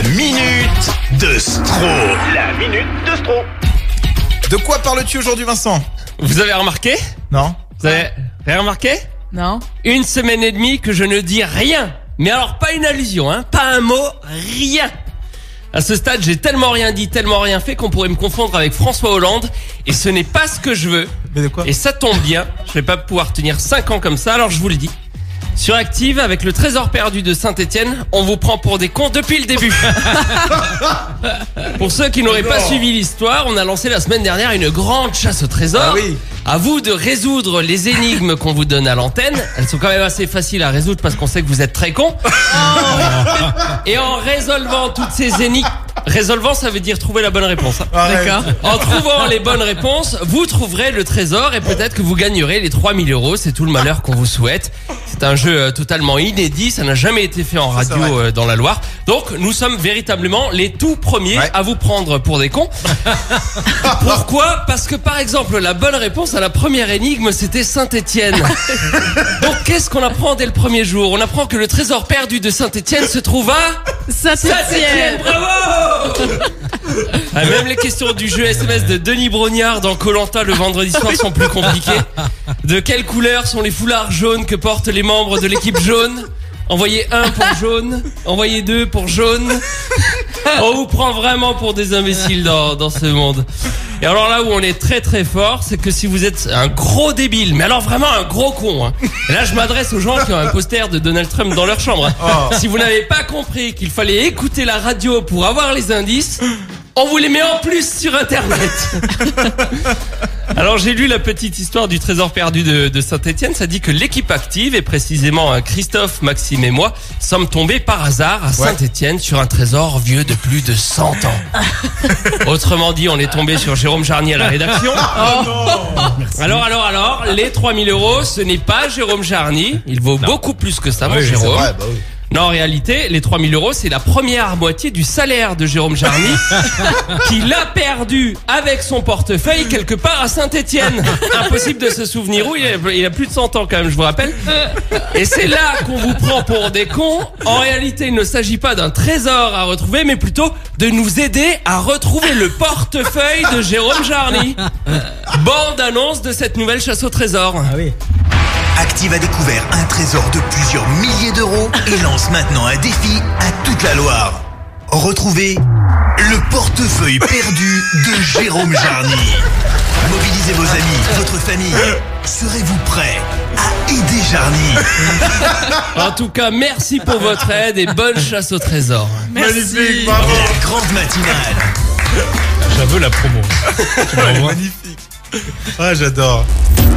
minute de Stro. La minute de Stro. De quoi parles-tu aujourd'hui, Vincent? Vous avez remarqué? Non. Vous avez rien remarqué? Non. Une semaine et demie que je ne dis rien. Mais alors pas une allusion, hein. Pas un mot, rien. À ce stade, j'ai tellement rien dit, tellement rien fait qu'on pourrait me confondre avec François Hollande. Et ce n'est pas ce que je veux. Mais de quoi? Et ça tombe bien, je vais pas pouvoir tenir 5 ans comme ça, alors je vous le dis. Sur Active, avec le trésor perdu de Saint-Etienne, on vous prend pour des cons depuis le début. Pour ceux qui n'auraient pas suivi l'histoire, on a lancé la semaine dernière une grande chasse au trésor. Ah oui. À vous de résoudre les énigmes qu'on vous donne à l'antenne. Elles sont quand même assez faciles à résoudre parce qu'on sait que vous êtes très cons. Et en résolvant toutes ces énigmes... Résolvant, ça veut dire trouver la bonne réponse. D'accord. En trouvant les bonnes réponses, vous trouverez le trésor et peut-être que vous gagnerez les 3000 €. C'est tout le malheur qu'on vous souhaite. C'est un jeu totalement inédit. Ça n'a jamais été fait en radio dans la Loire. Donc, nous sommes véritablement les tout premiers à vous prendre pour des cons. Pourquoi? Parce que, par exemple, la bonne réponse à la première énigme, c'était Saint-Etienne. Donc, qu'est-ce qu'on apprend dès le premier jour? On apprend que le trésor perdu de Saint-Etienne se trouve à... Saint-Etienne. Bravo. Même les questions du jeu SMS de Denis Brognard dans Koh-Lanta le vendredi soir sont plus compliquées. De quelle couleur sont les foulards jaunes que portent les membres de l'équipe jaune? Envoyez 1 pour jaune, envoyez 2 pour jaune. On vous prend vraiment pour des imbéciles dans ce monde. Et alors là où on est très très fort, c'est que si vous êtes un gros débile, mais alors vraiment un gros con, hein. Et là je m'adresse aux gens qui ont un poster de Donald Trump dans leur chambre, hein. Si vous n'avez pas compris qu'il fallait écouter la radio pour avoir les indices, on vous les met en plus sur internet. Alors j'ai lu la petite histoire du trésor perdu de Saint-Etienne. Ça dit que l'équipe Active, et précisément Christophe, Maxime et moi, sommes tombés par hasard à Saint-Etienne sur un trésor vieux de plus de 100 ans. Autrement dit, on est tombé sur Jérôme Jarny à la rédaction. Alors, les 3000 €, ce n'est pas Jérôme Jarny. Il vaut beaucoup plus que ça, mon Jérôme. Vrai, bah oui. Non, en réalité, les 3000 €, c'est la première moitié du salaire de Jérôme Jarny qu'il a perdu avec son portefeuille quelque part à Saint-Etienne. Impossible de se souvenir où, il a plus de 100 ans quand même, je vous rappelle. Et c'est là qu'on vous prend pour des cons. En réalité, il ne s'agit pas d'un trésor à retrouver, mais plutôt de nous aider à retrouver le portefeuille de Jérôme Jarny. Bande annonce de cette nouvelle chasse au trésor. Ah oui. Active a découvert un trésor de plusieurs milliers d'euros et lance maintenant un défi à toute la Loire. Retrouvez le portefeuille perdu de Jérôme Jarny. Mobilisez vos amis, votre famille. Serez-vous prêts à aider Jarny? En tout cas, merci pour votre aide et bonne chasse au trésor. Magnifique, bravo. La grande matinale. J'avoue la promo. Magnifique. Ah, j'adore.